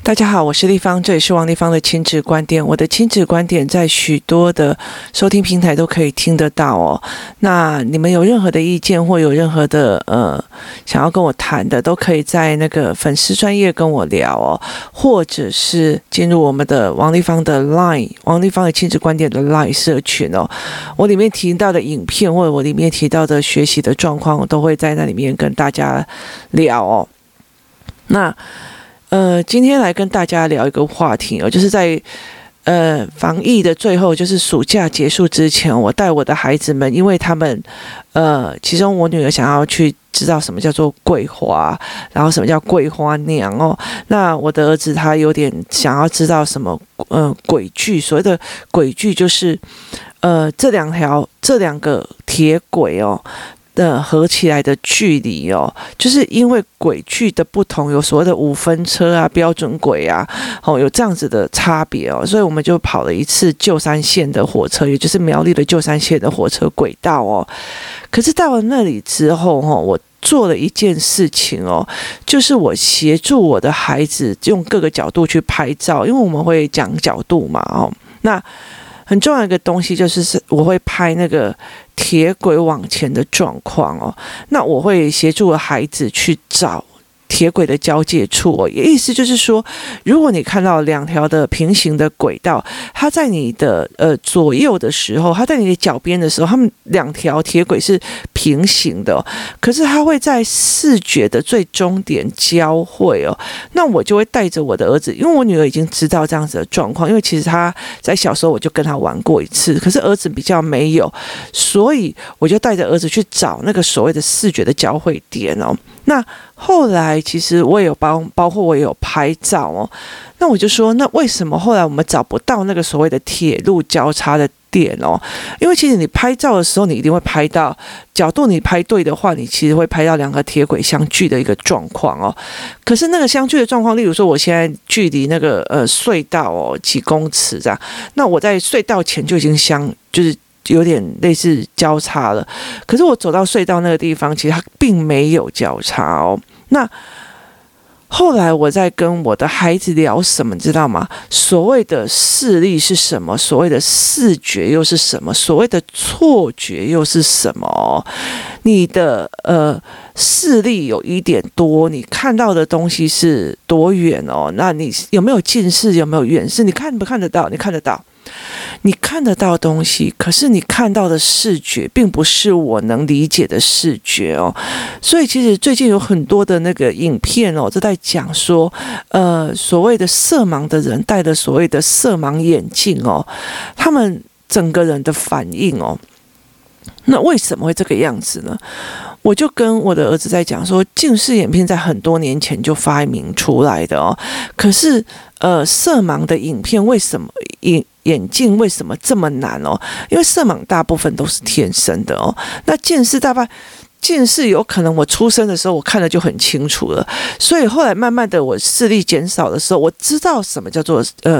大家好，我是立方，这里是王立方的亲子观点。我的亲子观点在许多的收听平台都可以听得到哦。那你们有任何的意见或有任何的想要跟我谈的，都可以在那个粉丝专页跟我聊哦，或者是进入我们的王立方的 Line， 王立方的亲子观点的 Line 社群哦。我里面提到的影片或者我里面提到的学习的状况，我都会在那里面跟大家聊哦。那今天来跟大家聊一个话题哦，就是在防疫的最后，就是暑假结束之前，我带我的孩子们，因为他们其中我女儿想要去知道什么叫做桂花，然后什么叫桂花娘哦。那我的儿子他有点想要知道什么轨距，所谓的轨距就是这两个铁轨哦。合起来的距离哦，就是因为轨距的不同，有所谓的5分车啊、标准轨啊，有这样子的差别哦，所以我们就跑了一次旧山线的火车，也就是苗栗的旧山线的火车轨道哦。可是到了那里之后我做了一件事情哦，就是我协助我的孩子用各个角度去拍照，因为我们会讲角度嘛哦，那。很重要的一个东西就是我会拍那个铁轨往前的状况哦，那我会协助孩子去找铁轨的交界处哦，意思就是说，如果你看到两条的平行的轨道，它在你的左右的时候，它在你的脚边的时候，它们两条铁轨是平行的哦，可是它会在视觉的最终点交汇哦。那我就会带着我的儿子，因为我女儿已经知道这样子的状况，因为其实她在小时候我就跟她玩过一次，可是儿子比较没有，所以我就带着儿子去找那个所谓的视觉的交汇点哦。那后来其实我也有包括我也有拍照哦，那我就说，那为什么后来我们找不到那个所谓的铁路交叉的点哦？因为其实你拍照的时候，你一定会拍到角度，你拍对的话，你其实会拍到两个铁轨相距的一个状况哦。可是那个相距的状况，例如说我现在距离那个隧道哦几公尺这样，那我在隧道前就已经就是有点类似交叉了，可是我走到隧道那个地方，其实它并没有交叉哦。那后来我在跟我的孩子聊什么，你知道吗？所谓的视力是什么？所谓的视觉又是什么？所谓的错觉又是什么？你的视力有1点多，你看到的东西是多远哦？那你有没有近视？有没有远视？你看不看得到？你看得到。你看得到东西，可是你看到的视觉并不是我能理解的视觉哦。所以其实最近有很多的那个影片哦，都在讲说，所谓的色盲的人戴的所谓的色盲眼镜哦，他们整个人的反应哦，那为什么会这个样子呢？我就跟我的儿子在讲说，近视眼片在很多年前就发明出来的哦，可是色盲的影片为什么眼镜为什么这么难哦？因为色盲大部分都是天生的哦，那近视有可能我出生的时候我看的就很清楚了，所以后来慢慢的我视力减少的时候，我知道什么叫做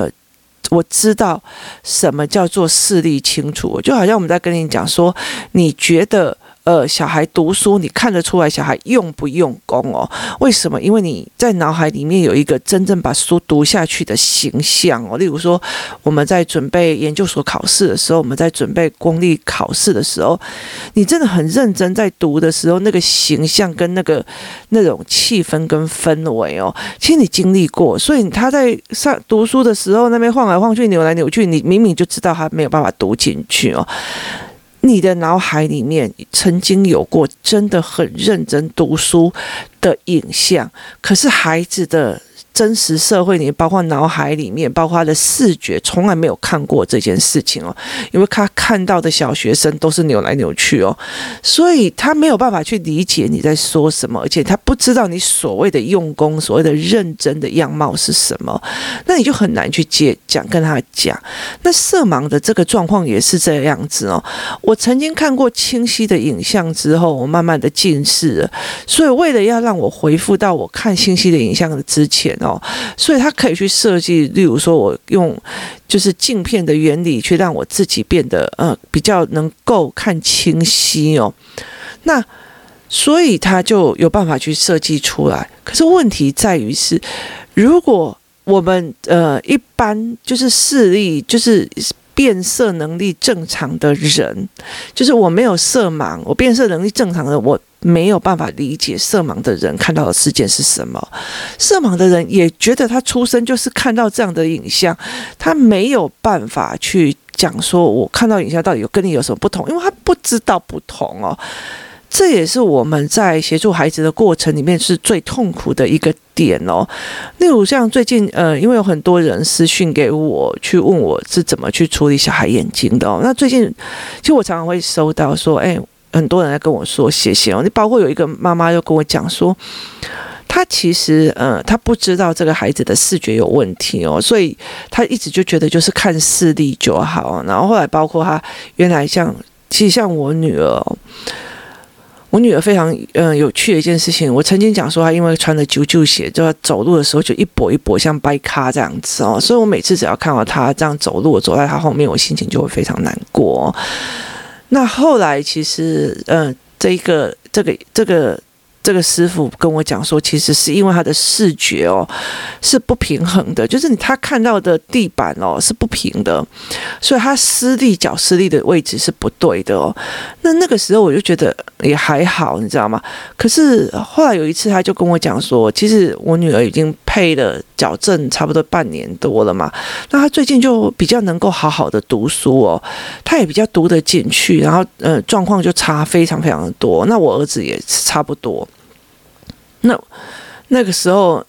视力清楚，就好像我们在跟你讲说，你觉得小孩读书，你看得出来小孩用不用功哦？为什么？因为你在脑海里面有一个真正把书读下去的形象哦。例如说，我们在准备研究所考试的时候，我们在准备公立考试的时候，你真的很认真在读的时候，那个形象跟那种气氛跟氛围哦，其实你经历过，所以他在读书的时候，那边晃来晃去、扭来扭去，你明明就知道他没有办法读进去哦。你的脑海里面曾经有过真的很认真读书的影像，可是孩子的真实社会里，包括脑海里面，包括他的视觉，从来没有看过这件事情哦，因为他看到的小学生都是扭来扭去哦，所以他没有办法去理解你在说什么，而且他不知道你所谓的用功、所谓的认真的样貌是什么，那你就很难去跟他讲。那色盲的这个状况也是这样子哦。我曾经看过清晰的影像之后，我慢慢的近视了，所以为了要让我恢复到我看清晰的影像的之前哦，所以他可以去设计，例如说我用就是镜片的原理去让我自己变得比较能够看清晰哦。那所以他就有办法去设计出来。可是问题在于是，如果我们一般就是视力就是变色能力正常的人，就是我没有色盲，我变色能力正常的，我没有办法理解色盲的人看到的事件是什么。色盲的人也觉得他出生就是看到这样的影像，他没有办法去讲说我看到影像到底跟你有什么不同，因为他不知道不同哦。这也是我们在协助孩子的过程里面是最痛苦的一个点哦。例如像最近因为有很多人私讯给我去问我是怎么去处理小孩眼睛的哦。那最近其实我常常会收到说，很多人在跟我说谢谢哦。你包括有一个妈妈就跟我讲说，他其实他不知道这个孩子的视觉有问题哦，所以他一直就觉得就是看视力就好。然后后来包括他原来其实像我女儿哦。我女儿非常有趣的一件事情，我曾经讲说她因为穿了啾啾鞋，就走路的时候就一跛一跛像掰咖这样子哦，所以我每次只要看到她这样走路，我走在她后面，我心情就会非常难过哦。那后来其实这个师傅跟我讲说，其实是因为他的视觉哦是不平衡的，就是他看到的地板哦是不平的，所以他脚施力的位置是不对的哦。那个时候我就觉得也还好，你知道吗？可是后来有一次他就跟我讲说，其实我女儿已经配了矫正差不多半年多了嘛，那她最近就比较能够好好的读书哦，她也比较读得进去，然后状况就差非常非常的多。那我儿子也差不多。那个时候，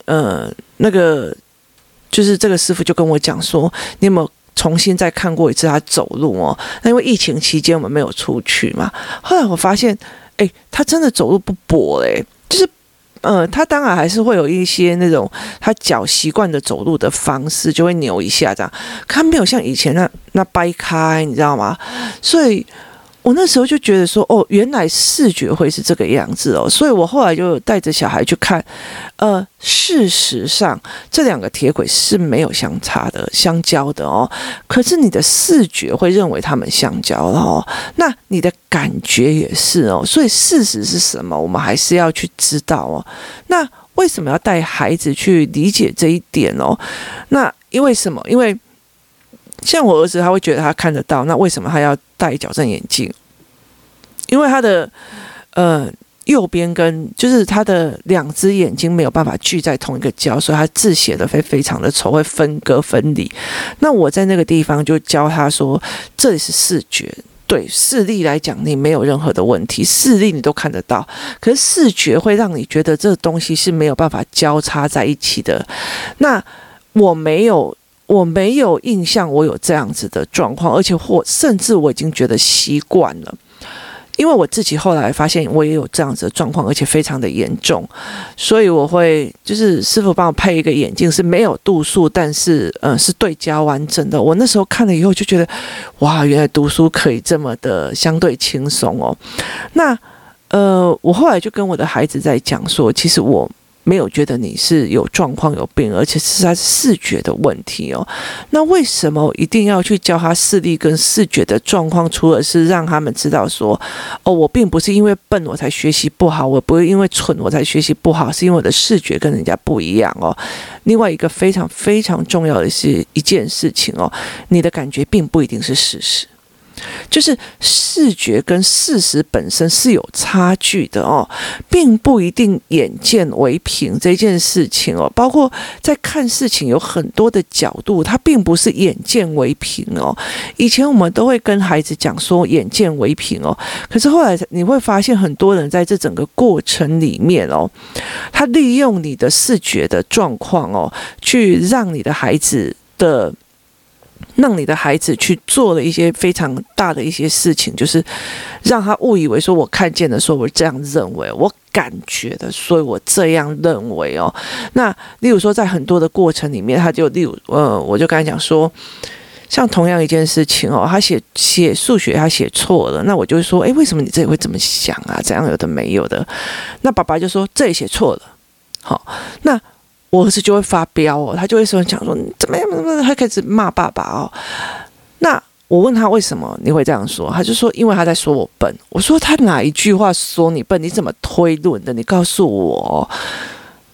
就是这个师傅就跟我讲说，你有没有重新再看过一次他走路哦？那因为疫情期间我们没有出去嘛，后来我发现，他真的走路不跛就是他当然还是会有一些那种他脚习惯的走路的方式，就会扭一下这样，可他没有像以前那掰开，你知道吗？所以我那时候就觉得说，原来视觉会是这个样子哦，所以我后来就带着小孩去看，事实上这两个铁轨是没有相交的哦，可是你的视觉会认为他们相交了哦，那你的感觉也是哦，所以事实是什么，我们还是要去知道哦。那为什么要带孩子去理解这一点哦？那因为什么？因为像我儿子他会觉得他看得到，那为什么他要戴矫正眼镜？因为他的右边就是他的两只眼睛没有办法聚在同一个焦，所以他字写的非常的丑，会分割分离。那我在那个地方就教他说，这里是视觉。对视力来讲，你没有任何的问题，视力你都看得到，可是视觉会让你觉得这东西是没有办法交叉在一起的。那我没有印象我有这样子的状况，而且甚至我已经觉得习惯了，因为我自己后来发现我也有这样子的状况，而且非常的严重，所以我会就是师傅帮我配一个眼镜是没有度数，但是是对焦完整的。我那时候看了以后就觉得，哇，原来读书可以这么的相对轻松哦。那我后来就跟我的孩子在讲说，其实我没有觉得你是有状况有病，而且是他视觉的问题哦。那为什么一定要去教他视力跟视觉的状况？除了是让他们知道说，我并不是因为笨我才学习不好，我不会因为蠢我才学习不好，是因为我的视觉跟人家不一样哦。另外一个非常非常重要的是一件事情哦，你的感觉并不一定是事实。就是视觉跟事实本身是有差距的哦，并不一定眼见为凭这件事情哦，包括在看事情有很多的角度，它并不是眼见为凭哦。以前我们都会跟孩子讲说眼见为凭哦，可是后来你会发现很多人在这整个过程里面哦，他利用你的视觉的状况哦，去让你的孩子去做了一些非常大的一些事情，就是让他误以为说我看见的，说我这样认为，我感觉的，所以我这样认为哦。那例如说在很多的过程里面，他就我就跟他讲说，像同样一件事情哦，他写数学他写错了，那我就会说，为什么你这里会这么想啊？怎样有的没有的？那爸爸就说这里写错了，好，那我儿子就会发飙哦，他就会说讲说你怎么样，他开始骂爸爸哦。那我问他为什么你会这样说，他就说因为他在说我笨。我说他哪一句话说你笨？你怎么推论的？你告诉我。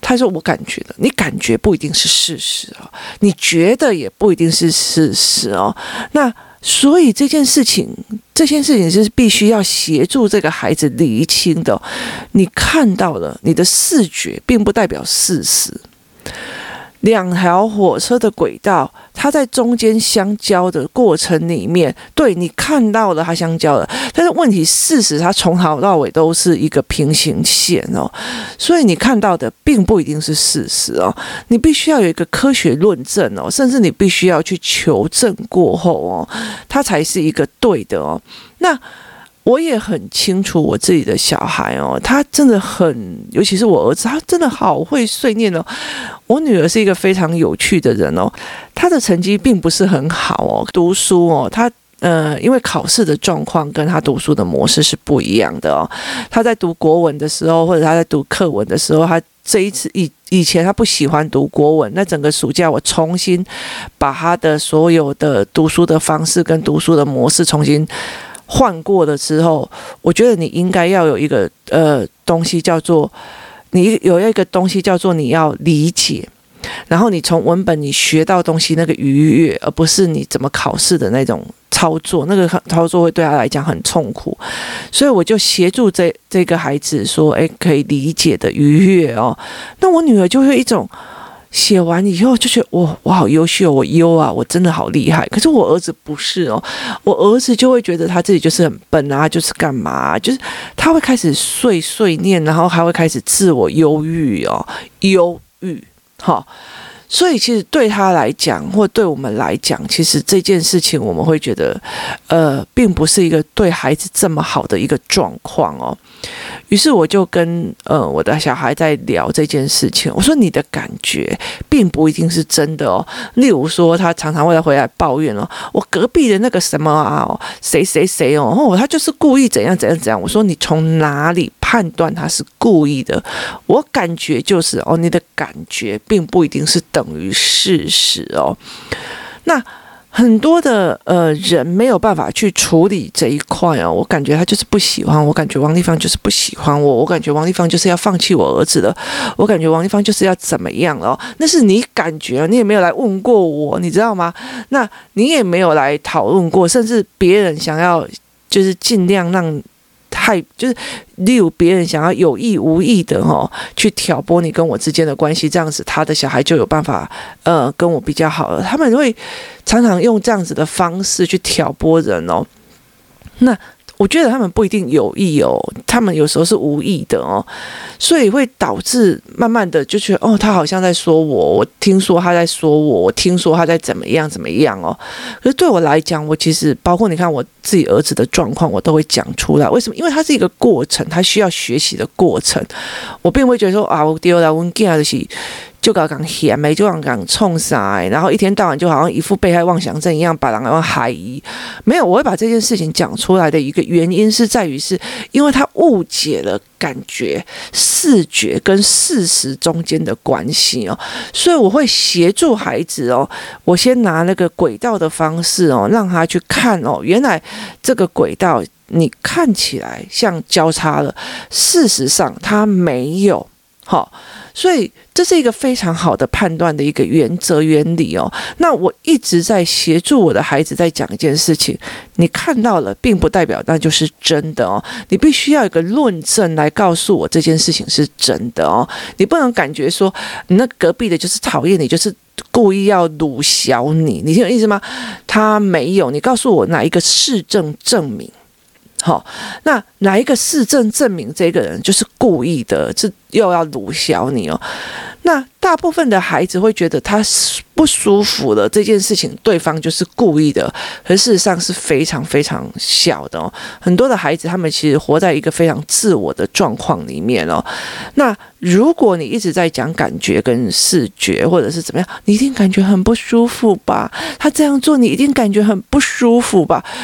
他说我感觉的，你感觉不一定是事实哦，你觉得也不一定是事实哦。那所以这件事情是必须要协助这个孩子厘清的。你看到了，你的视觉并不代表事实。两条火车的轨道，它在中间相交的过程里面，对，你看到了它相交了，但是问题事实它从头到尾都是一个平行线哦，所以你看到的并不一定是事实哦，你必须要有一个科学论证哦，甚至你必须要去求证过后哦，它才是一个对的哦。那我也很清楚我自己的小孩哦，他真的尤其是我儿子，他真的好会碎念哦。我女儿是一个非常有趣的人哦，她的成绩并不是很好哦，读书哦，她因为考试的状况跟她读书的模式是不一样的哦。她在读国文的时候，或者她在读课文的时候，她这一次以前她不喜欢读国文，那整个暑假我重新把她的所有的读书的方式跟读书的模式重新换过了之后，我觉得你应该要有一个东西叫做，你有一个东西叫做你要理解，然后你从文本你学到东西那个愉悦，而不是你怎么考试的那种操作，那个操作会对他来讲很痛苦，所以我就协助这个孩子说，可以理解的愉悦哦。那我女儿就会一种写完以后就觉得我好优秀，我优啊，我真的好厉害。可是我儿子不是哦，我儿子就会觉得他自己就是很笨啊，就是干嘛啊，就是他会开始碎念，然后还会开始自我忧郁哦，忧郁，好。所以其实对他来讲，或对我们来讲，其实这件事情我们会觉得，并不是一个对孩子这么好的一个状况哦。于是我就跟我的小孩在聊这件事情，我说你的感觉并不一定是真的哦。例如说，他常常会回来抱怨哦，我隔壁的那个什么啊，谁谁谁哦，他就是故意怎样怎样怎样。我说你从哪里判断他是故意的？我感觉就是哦，你的感觉并不一定是等于事实哦。那很多的人没有办法去处理这一块哦，我感觉他就是不喜欢，我感觉王丽芳就是不喜欢我，我感觉王丽芳就是要放弃我儿子了，我感觉王丽芳就是要怎么样了哦，那是你感觉，你也没有来问过我，你知道吗？那你也没有来讨论过，甚至别人想要就是尽量让就是例如别人想要有意无意的去挑拨你跟我之间的关系，这样子他的小孩就有办法跟我比较好了。他们会常常用这样子的方式去挑拨人哦。那我觉得他们不一定有意哦，他们有时候是无意的哦，所以会导致慢慢的就觉得哦，他好像在说我听说他在说我听说他在怎么样哦。可是对我来讲，我其实包括你看我自己儿子的状况，我都会讲出来。为什么？因为它是一个过程，它需要学习的过程。我并不会觉得说啊，我丢了，我囝就是就刚刚嫌没，就刚刚冲啥，然后一天到晚就好像一副被害妄想症一样，把人要害疑。没有，我会把这件事情讲出来的一个原因是在于是因为他误解了感觉、视觉跟事实中间的关系哦，所以我会协助孩子哦，我先拿那个轨道的方式哦，让他去看哦，原来这个轨道你看起来像交叉了，事实上它没有。好，所以这是一个非常好的判断的一个原则原理哦。那我一直在协助我的孩子在讲一件事情，你看到了，并不代表那就是真的哦。你必须要有一个论证来告诉我这件事情是真的哦。你不能感觉说你那隔壁的就是讨厌你，就是故意要辱小你，你听我意思吗？他没有，你告诉我哪一个事证证明？好，那哪一个事证证明这个人就是故意的，这又要辱小你哦？那大部分的孩子会觉得他不舒服了，这件事情对方就是故意的，可事实上是非常非常小的哦。很多的孩子他们其实活在一个非常自我的状况里面哦。那如果你一直在讲感觉跟视觉或者是怎么样，你一定感觉很不舒服吧？他这样做你一定感觉很不舒服吧？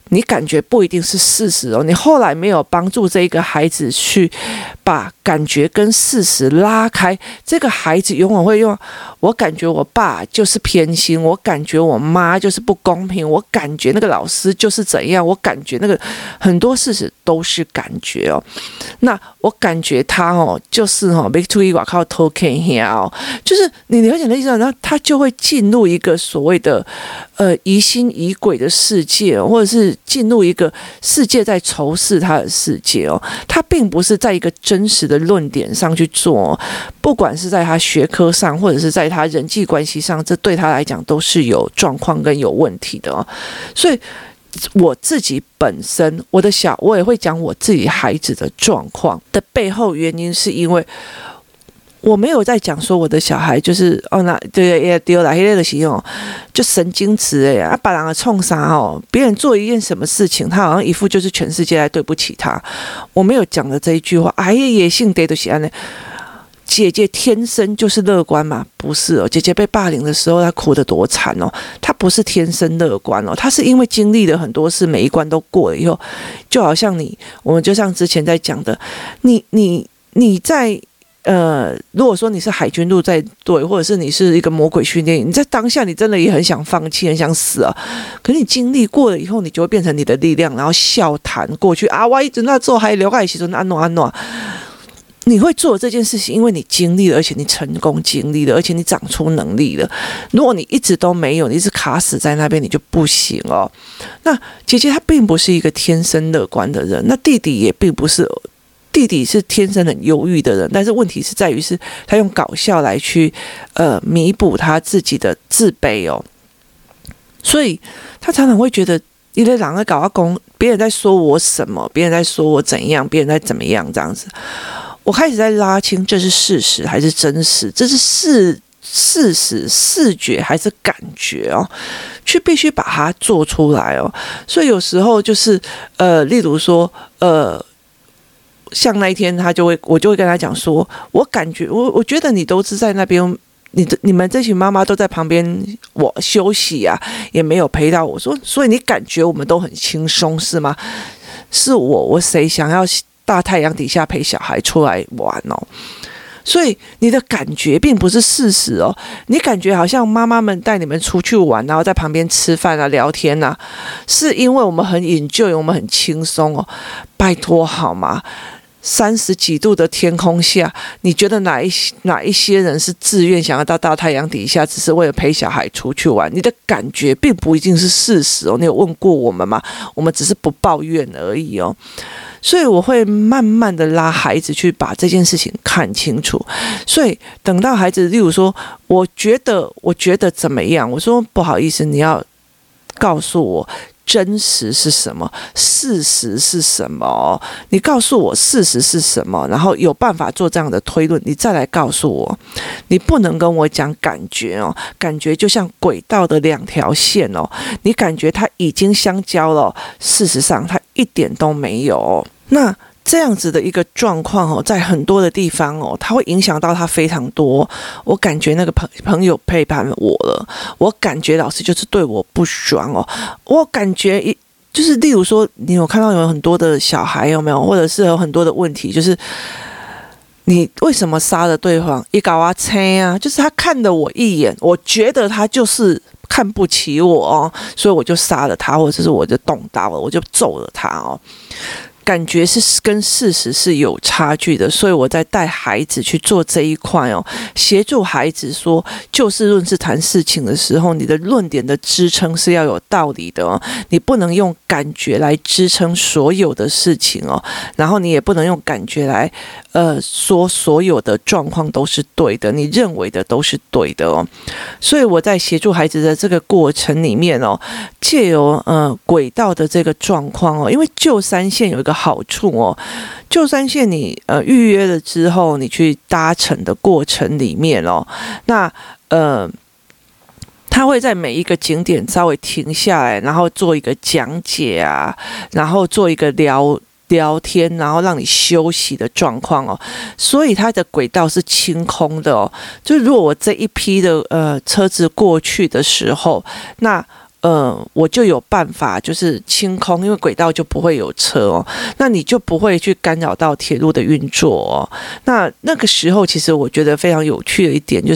你感觉不一定是事实哦，你后来没有帮助这个孩子去把感觉跟事实拉开，这个孩子永远会用我感觉我爸就是偏心，我感觉我妈就是不公平，我感觉那个老师就是怎样，我感觉那个很多事实都是感觉哦。那我感觉他就是没注意我靠偷看下就是你了解的意思，然后他就会进入一个所谓的疑心疑鬼的世界，或者是进入一个世界在仇视他的世界哦。他并不是在一个真实的论点上去做，不管是在他学科上，或者是在他人际关系上，这对他来讲都是有状况跟有问题的哦。所以我自己本身，我也会讲我自己孩子的状况的背后原因，是因为我没有在讲说我的小孩就是那对也丢了，那个是就神经质把人冲杀别人做一件什么事情，他好像一副就是全世界来对不起他。我没有讲的这一句话，也性得就是安呢。姐姐天生就是乐观嘛？不是姐姐被霸凌的时候，她哭得多惨她不是天生乐观她是因为经历了很多事，每一关都过了以后，就好像我们就像之前在讲的，你在如果说你是海军陆战队，或者是你是一个魔鬼训练营，你在当下你真的也很想放弃，很想死啊。可是你经历过了以后，你就会变成你的力量，然后笑谈过去我一直那做还留在一起说安诺。你会做这件事情，因为你经历了，而且你成功经历了，而且你长出能力了。如果你一直都没有，你一直卡死在那边，你就不行哦。那姐姐她并不是一个天生乐观的人，那弟弟也并不是，弟弟是天生很忧郁的人，但是问题是在于是他用搞笑来去弥补他自己的自卑哦，所以他常常会觉得一堆人在搞阿公，别人在说我什么，别人在说我怎样，别人在怎么样这样子。我开始在拉清这是事实还是真实，这是事实、视觉还是感觉哦，去必须把它做出来哦。所以有时候就是例如说像那一天我就会跟他讲说，我感觉我觉得你都是在那边。你们这群妈妈都在旁边，我休息啊，也没有陪到我说，所以你感觉我们都很轻松是吗？是我谁想要大太阳底下陪小孩出来玩哦？所以你的感觉并不是事实哦，你感觉好像妈妈们带你们出去玩，然后在旁边吃饭啊、聊天啊，是因为我们很enjoy，我们很轻松哦。拜托好吗？30几度的天空下，你觉得哪一些人是自愿想要到大太阳底下，只是为了陪小孩出去玩？你的感觉并不一定是事实哦。你有问过我们吗？我们只是不抱怨而已哦。所以我会慢慢的拉孩子去把这件事情看清楚。所以等到孩子，例如说，我觉得怎么样？我说不好意思，你要告诉我。真实是什么？事实是什么？你告诉我事实是什么，然后有办法做这样的推论，你再来告诉我。你不能跟我讲感觉哦，感觉就像轨道的2条线哦，你感觉它已经相交了，事实上它一点都没有。那这样子的一个状况哦，在很多的地方哦，它会影响到他非常多。我感觉那个朋友背叛我了，我感觉老师就是对我不爽哦，我感觉就是例如说，你有看到有很多的小孩有没有，或者是有很多的问题，就是你为什么杀了对方？一搞啊切啊，就是他看了我一眼，我觉得他就是看不起我哦，所以我就杀了他，或者是我就动刀了，我就揍了他哦。感觉是跟事实是有差距的，所以我在带孩子去做这一块哦，协助孩子说就事论事谈事情的时候，你的论点的支撑是要有道理的哦，你不能用感觉来支撑所有的事情哦，然后你也不能用感觉来说所有的状况都是对的，你认为的都是对的哦，所以我在协助孩子的这个过程里面哦，借由轨道的这个状况哦，因为旧3线有一个好处哦，旧3线你预约了之后，你去搭乘的过程里面哦，那他会在每一个景点稍微停下来，然后做一个讲解啊，然后做一个聊天，然后让你休息的状况哦，所以它的轨道是清空的哦。就如果我这一批的车子过去的时候，那我就有办法就是清空，因为轨道就不会有车哦，那你就不会去干扰到铁路的运作哦。那个时候，其实我觉得非常有趣的一点就是，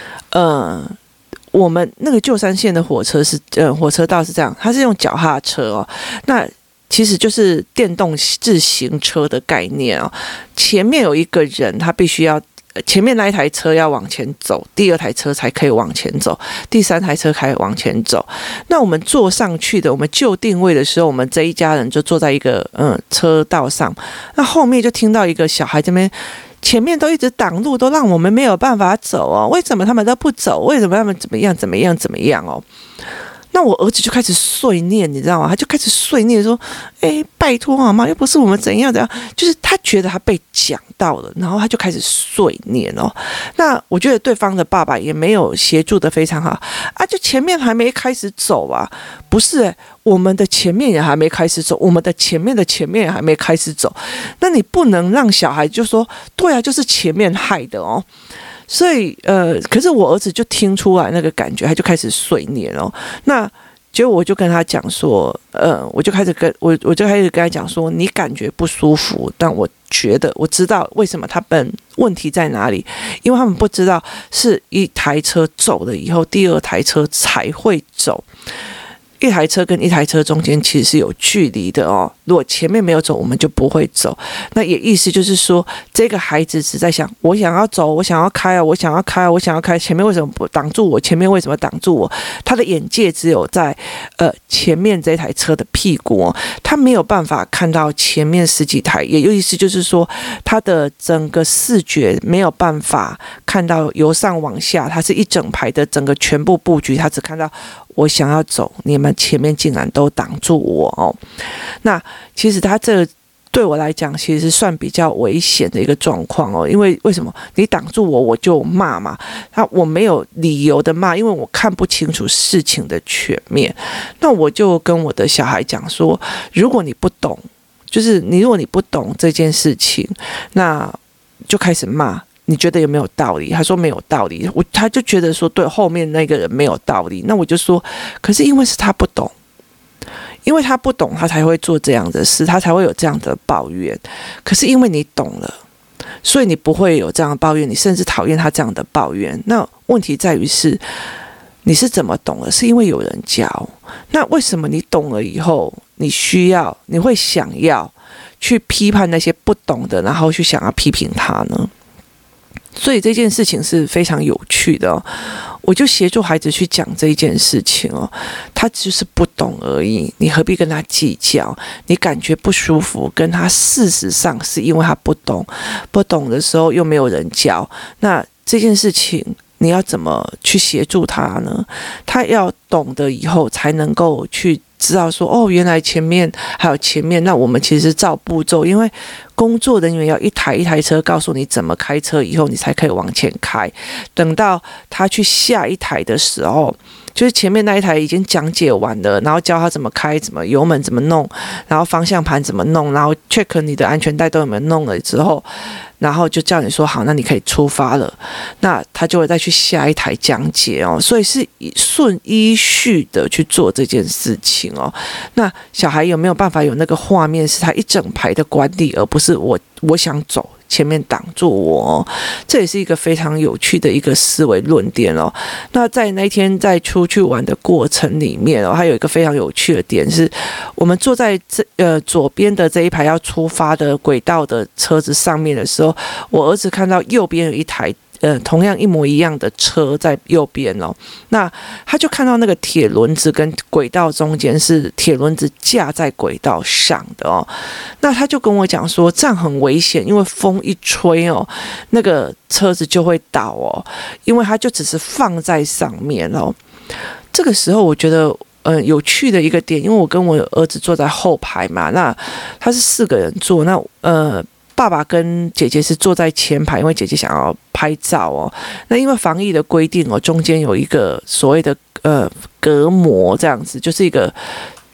我们那个旧山线的火车道是这样，它是用脚踏车哦，那其实就是电动自行车的概念哦。前面有一个人，他必须要前面那一台车要往前走，第二台车才可以往前走，第三台车才往前走。那我们坐上去的，我们就定位的时候，我们这一家人就坐在一个车道上，那后面就听到一个小孩这边。前面都一直挡路，都让我们没有办法走哦。为什么他们都不走？为什么他们怎么样哦？那我儿子就开始碎念，你知道吗？他就开始碎念说：“拜托好吗？又不是我们怎样，就是他觉得他被讲到了，然后他就开始碎念哦。那我觉得对方的爸爸也没有协助的非常好啊，就前面还没开始走啊，不是我们的前面也还没开始走，我们的前面也还没开始走，那你不能让小孩就说对啊，就是前面害的哦。”所以可是我儿子就听出来那个感觉，他就开始碎念哦。那结果我就跟他讲说，我就开始跟他讲说，你感觉不舒服，但我觉得我知道为什么他们问题在哪里，因为他们不知道是一台车走了以后，第二台车才会走。一台车跟一台车中间其实是有距离的哦，如果前面没有走，我们就不会走。那也意思就是说，这个孩子只在想，我想要走，我想要开啊，我想要开啊，我想要开，前面为什么不挡住我？前面为什么挡住我？他的眼界只有在前面这台车的屁股哦，他没有办法看到前面十几台，也有意思就是说，他的整个视觉没有办法看到由上往下，它是一整排的整个全部布局，他只看到我想要走，你们前面竟然都挡住我哦。那其实他这对我来讲，其实是算比较危险的一个状况哦。因为为什么你挡住我，我就骂嘛。我没有理由的骂，因为我看不清楚事情的全面。那我就跟我的小孩讲说，如果你不懂，就是如果你不懂这件事情，那就开始骂。你觉得有没有道理？他说没有道理，他就觉得说对后面那个人没有道理。那我就说，可是因为是他不懂，因为他不懂，他才会做这样的事，他才会有这样的抱怨。可是因为你懂了，所以你不会有这样的抱怨，你甚至讨厌他这样的抱怨。那问题在于是，你是怎么懂了？是因为有人教。那为什么你懂了以后，你会想要去批判那些不懂的，然后去想要批评他呢？所以这件事情是非常有趣的哦，我就协助孩子去讲这一件事情哦，他就是不懂而已，你何必跟他计较？你感觉不舒服，跟他事实上是因为他不懂的时候又没有人教，那这件事情你要怎么去协助他呢？他要懂得以后才能够去知道说，哦，原来前面还有前面，那我们其实照步骤，因为工作人员要一台一台车告诉你怎么开车以后，你才可以往前开。等到他去下一台的时候，就是前面那一台已经讲解完了，然后教他怎么开，怎么油门怎么弄，然后方向盘怎么弄，然后 check 你的安全带都有没有弄了之后，然后就叫你说好，那你可以出发了。那他就会再去下一台讲解哦，所以是顺依序的去做这件事情哦。那小孩有没有办法有那个画面，是他一整排的管理，而不是我想走，前面挡住我哦，这也是一个非常有趣的一个思维论点哦。那在那一天在出去玩的过程里面哦，还有一个非常有趣的点是，我们坐在左边的这一排要出发的轨道的车子上面的时候，我儿子看到右边有一台同样一模一样的车在右边哦，那他就看到那个铁轮子跟轨道中间是铁轮子架在轨道上的哦，那他就跟我讲说这样很危险，因为风一吹哦，那个车子就会倒哦，因为他就只是放在上面哦。这个时候我觉得有趣的一个点，因为我跟我儿子坐在后排嘛，那他是4个人坐，那爸爸跟姐姐是坐在前排，因为姐姐想要拍照哦。那因为防疫的规定哦，中间有一个所谓的隔膜这样子，就是一个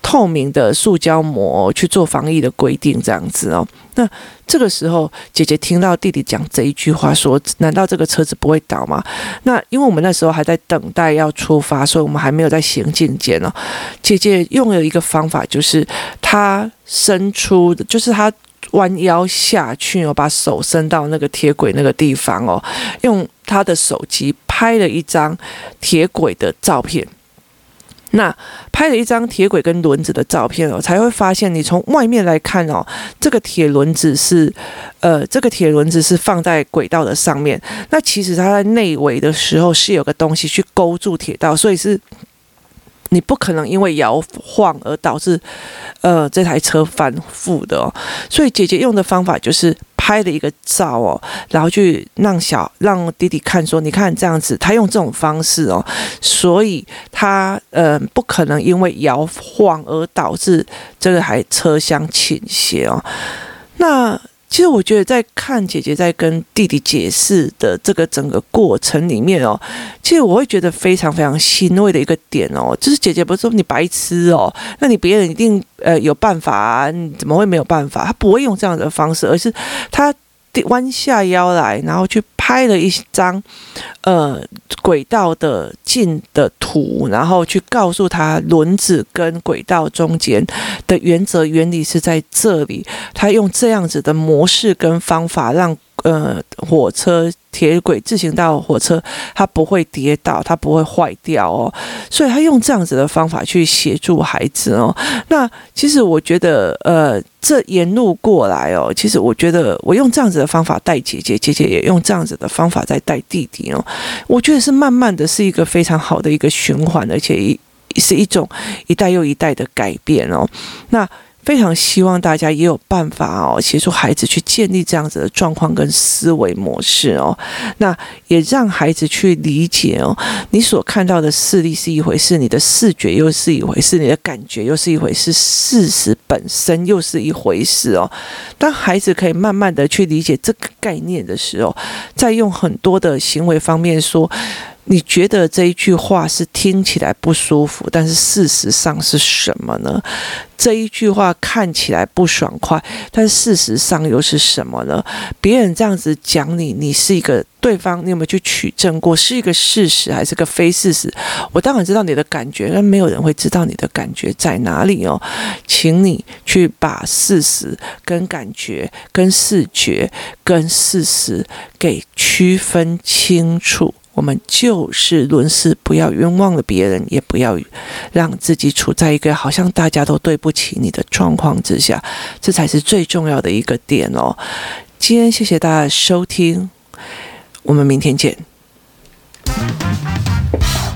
透明的塑胶膜去做防疫的规定这样子哦。那这个时候，姐姐听到弟弟讲这一句话说，难道这个车子不会倒吗？那因为我们那时候还在等待要出发，所以我们还没有在行进间哦。姐姐用了一个方法，就是她伸出，就是她弯腰下去哦，把手伸到那个铁轨那个地方哦，用她的手机拍了一张铁轨的照片。那拍了一张铁轨跟轮子的照片哦，才会发现你从外面来看哦，这个铁轮子是放在轨道的上面。那其实它在内围的时候是有个东西去勾住铁道，所以是你不可能因为摇晃而导致这台车翻覆的哦。所以姐姐用的方法就是拍了一个照哦，然后去让弟弟看说，你看这样子，他用这种方式哦，所以他不可能因为摇晃而导致这台车厢倾斜哦。那其实我觉得在看姐姐在跟弟弟解释的这个整个过程里面哦，其实我会觉得非常非常欣慰的一个点哦，就是姐姐不是说你白痴哦，那你别人一定有办法啊，你怎么会没有办法？她不会用这样的方式，而是她弯下腰来，然后去拍了一张轨道的近的图，然后去告诉他轮子跟轨道中间的原则原理是在这里。他用这样子的模式跟方法让火车铁轨自行道火车它不会跌倒，它不会坏掉哦，所以他用这样子的方法去协助孩子哦。那其实我觉得这沿路过来哦，其实我觉得我用这样子的方法带姐姐，姐姐也用这样子的方法在带弟弟哦，我觉得是慢慢的是一个非常好的一个循环，而且是一种一代又一代的改变哦。那非常希望大家也有办法哦，协助孩子去建立这样子的状况跟思维模式哦。那也让孩子去理解哦，你所看到的视力是一回事，你的视觉又是一回事，你的感觉又是一回事，事实本身又是一回事哦。当孩子可以慢慢的去理解这个概念的时候，再用很多的行为方面说，你觉得这一句话是听起来不舒服，但是事实上是什么呢？这一句话看起来不爽快，但是事实上又是什么呢？别人这样子讲你，你是一个对方，你有没有去取证过是一个事实还是个非事实？我当然知道你的感觉，但没有人会知道你的感觉在哪里哦。请你去把事实跟感觉、跟视觉、跟事实给区分清楚。我们就事论事，不要冤枉了别人，也不要让自己处在一个好像大家都对不起你的状况之下，这才是最重要的一个点哦。今天谢谢大家的收听，我们明天见。